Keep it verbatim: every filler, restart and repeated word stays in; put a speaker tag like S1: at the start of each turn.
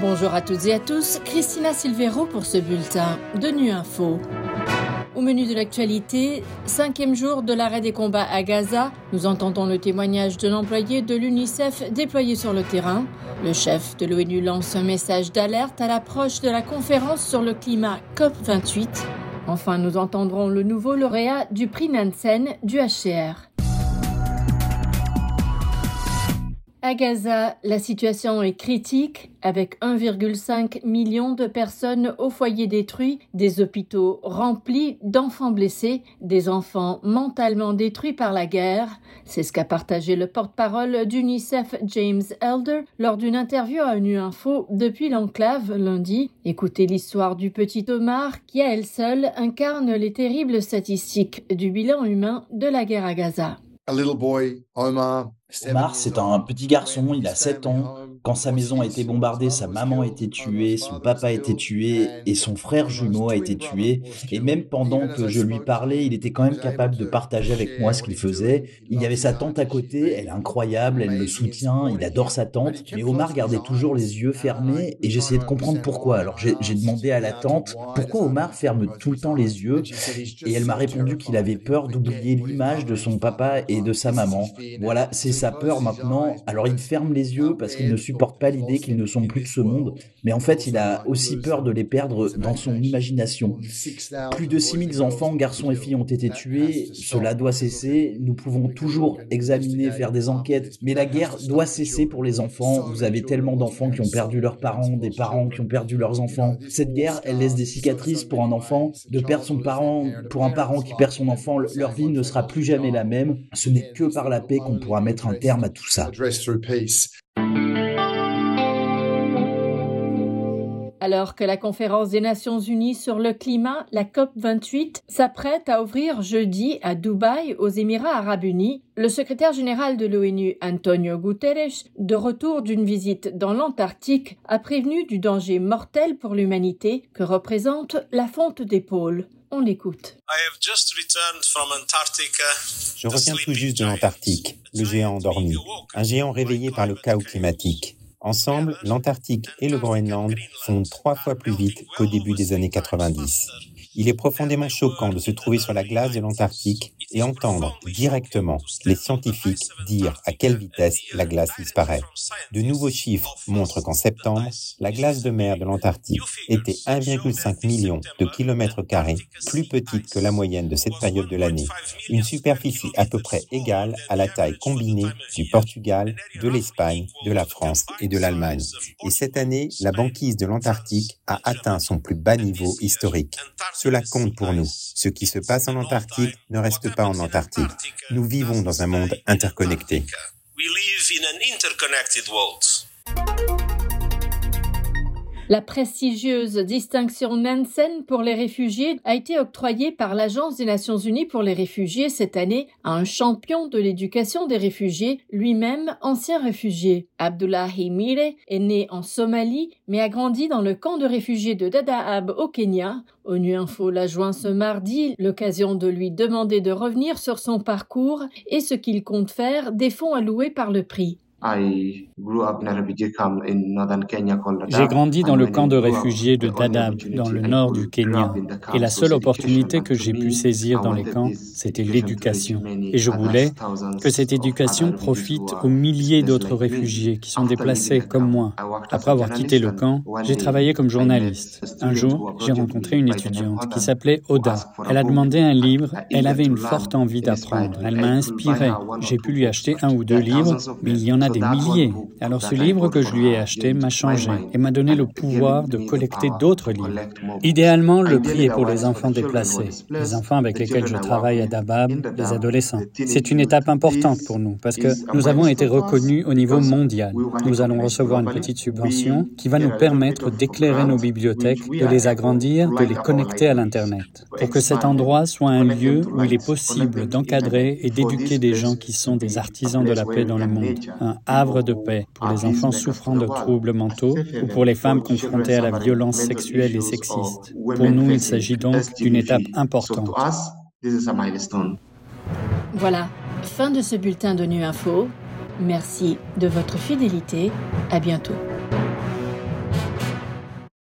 S1: Bonjour à toutes et à tous, Christina Silvero pour ce bulletin de Nu Info. Au menu de l'actualité, cinquième jour de l'arrêt des combats à Gaza, nous entendons le témoignage de l'employé de l'UNICEF déployé sur le terrain. Le chef de l'ONU lance un message d'alerte à l'approche de la conférence sur le climat COP vingt-huit. Enfin, nous entendrons le nouveau lauréat du prix Nansen du H C R. À Gaza, la situation est critique, avec un virgule cinq million de personnes au foyer détruit, des hôpitaux remplis d'enfants blessés, des enfants mentalement détruits par la guerre. C'est ce qu'a partagé le porte-parole d'UNICEF James Elder lors d'une interview à Nu Info depuis l'enclave lundi. Écoutez l'histoire du petit Omar qui, à elle seule, incarne les terribles statistiques du bilan humain de la guerre à Gaza.
S2: A little boy, Omar.
S3: Omar, c'est un petit garçon, il a sept ans. Quand sa maison a été bombardée, sa maman a été tuée, son papa a été tué et son frère jumeau a été tué. Et même pendant que je lui parlais, il était quand même capable de partager avec moi ce qu'il faisait. Il y avait sa tante à côté, elle est incroyable, elle le soutient, il adore sa tante. Mais Omar gardait toujours les yeux fermés et j'essayais de comprendre pourquoi. Alors j'ai, j'ai demandé à la tante pourquoi Omar ferme tout le temps les yeux et elle m'a répondu qu'il avait peur d'oublier l'image de son papa et de sa maman. Voilà, c'est sa peur maintenant. Alors il ferme les yeux parce qu'il ne supporte pas l'idée qu'ils ne sont plus de ce monde, mais en fait il a aussi peur de les perdre dans son imagination. Plus de six mille enfants, garçons et filles ont été tués, cela doit cesser, nous pouvons toujours examiner, faire des enquêtes, mais la guerre doit cesser pour les enfants. Vous avez tellement d'enfants qui ont perdu leurs parents, des parents qui ont perdu leurs enfants. Cette guerre, elle laisse des cicatrices pour un enfant, de perdre son parent, pour un parent qui perd son enfant, leur vie ne sera plus jamais la même. Ce n'est que par la paix qu'on pourra mettre un terme à tout ça.
S1: Alors que la conférence des Nations Unies sur le climat, la COP vingt-huit, s'apprête à ouvrir jeudi à Dubaï, aux Émirats arabes unis, le secrétaire général de l'ONU, Antonio Guterres, de retour d'une visite dans l'Antarctique, a prévenu du danger mortel pour l'humanité que représente la fonte des pôles. On l'écoute.
S4: Je reviens tout juste de l'Antarctique, le géant endormi, un géant réveillé par le chaos climatique. Ensemble, l'Antarctique et le Groenland fondent trois fois plus vite qu'au début des années quatre-vingt-dix. Il est profondément choquant de se trouver sur la glace de l'Antarctique et entendre directement les scientifiques dire à quelle vitesse la glace disparaît. De nouveaux chiffres montrent qu'en septembre, la glace de mer de l'Antarctique était un virgule cinq million de kilomètres carrés plus petite que la moyenne de cette période de l'année, une superficie à peu près égale à la taille combinée du Portugal, de l'Espagne, de la France et de l'Allemagne. Et cette année, la banquise de l'Antarctique a atteint son plus bas niveau historique. Cela compte pour nous. Ce qui se passe en Antarctique ne reste pas en Antarctique. Nous vivons dans un monde interconnecté.
S1: La prestigieuse distinction Nansen pour les réfugiés a été octroyée par l'Agence des Nations Unies pour les réfugiés cette année à un champion de l'éducation des réfugiés, lui-même ancien réfugié. Abdullahi Mire est né en Somalie, mais a grandi dans le camp de réfugiés de Dadaab au Kenya. ONU Info l'a joint ce mardi, l'occasion de lui demander de revenir sur son parcours et ce qu'il compte faire des fonds alloués par le prix.
S5: J'ai grandi dans le camp de réfugiés de Dadaab, dans le nord du Kenya. Et la seule opportunité que j'ai pu saisir dans les camps, c'était l'éducation. Et je voulais que cette éducation profite aux milliers d'autres réfugiés qui sont déplacés comme moi. Après avoir quitté le camp, j'ai travaillé comme journaliste. Un jour, j'ai rencontré une étudiante qui s'appelait Oda. Elle a demandé un livre, elle avait une forte envie d'apprendre. Elle m'a inspiré. J'ai pu lui acheter un ou deux livres, mais il y en a des milliers. Alors ce livre que je lui ai acheté m'a changé et m'a donné le pouvoir de collecter d'autres livres. Idéalement, le prix est pour les enfants déplacés, les enfants avec lesquels je travaille à Dadaab, les adolescents. C'est une étape importante pour nous parce que nous avons été reconnus au niveau mondial. Nous allons recevoir une petite subvention qui va nous permettre d'éclairer nos bibliothèques, de les agrandir, de les connecter à l'Internet, pour que cet endroit soit un lieu où il est possible d'encadrer et d'éduquer des gens qui sont des artisans de la paix dans le monde. Un havre de paix pour les enfants souffrant de troubles mentaux ou pour les femmes confrontées à la violence sexuelle et sexiste. Pour nous, il s'agit donc d'une étape importante.
S1: Voilà, fin de ce bulletin de Nu Info. Merci de votre fidélité. À bientôt.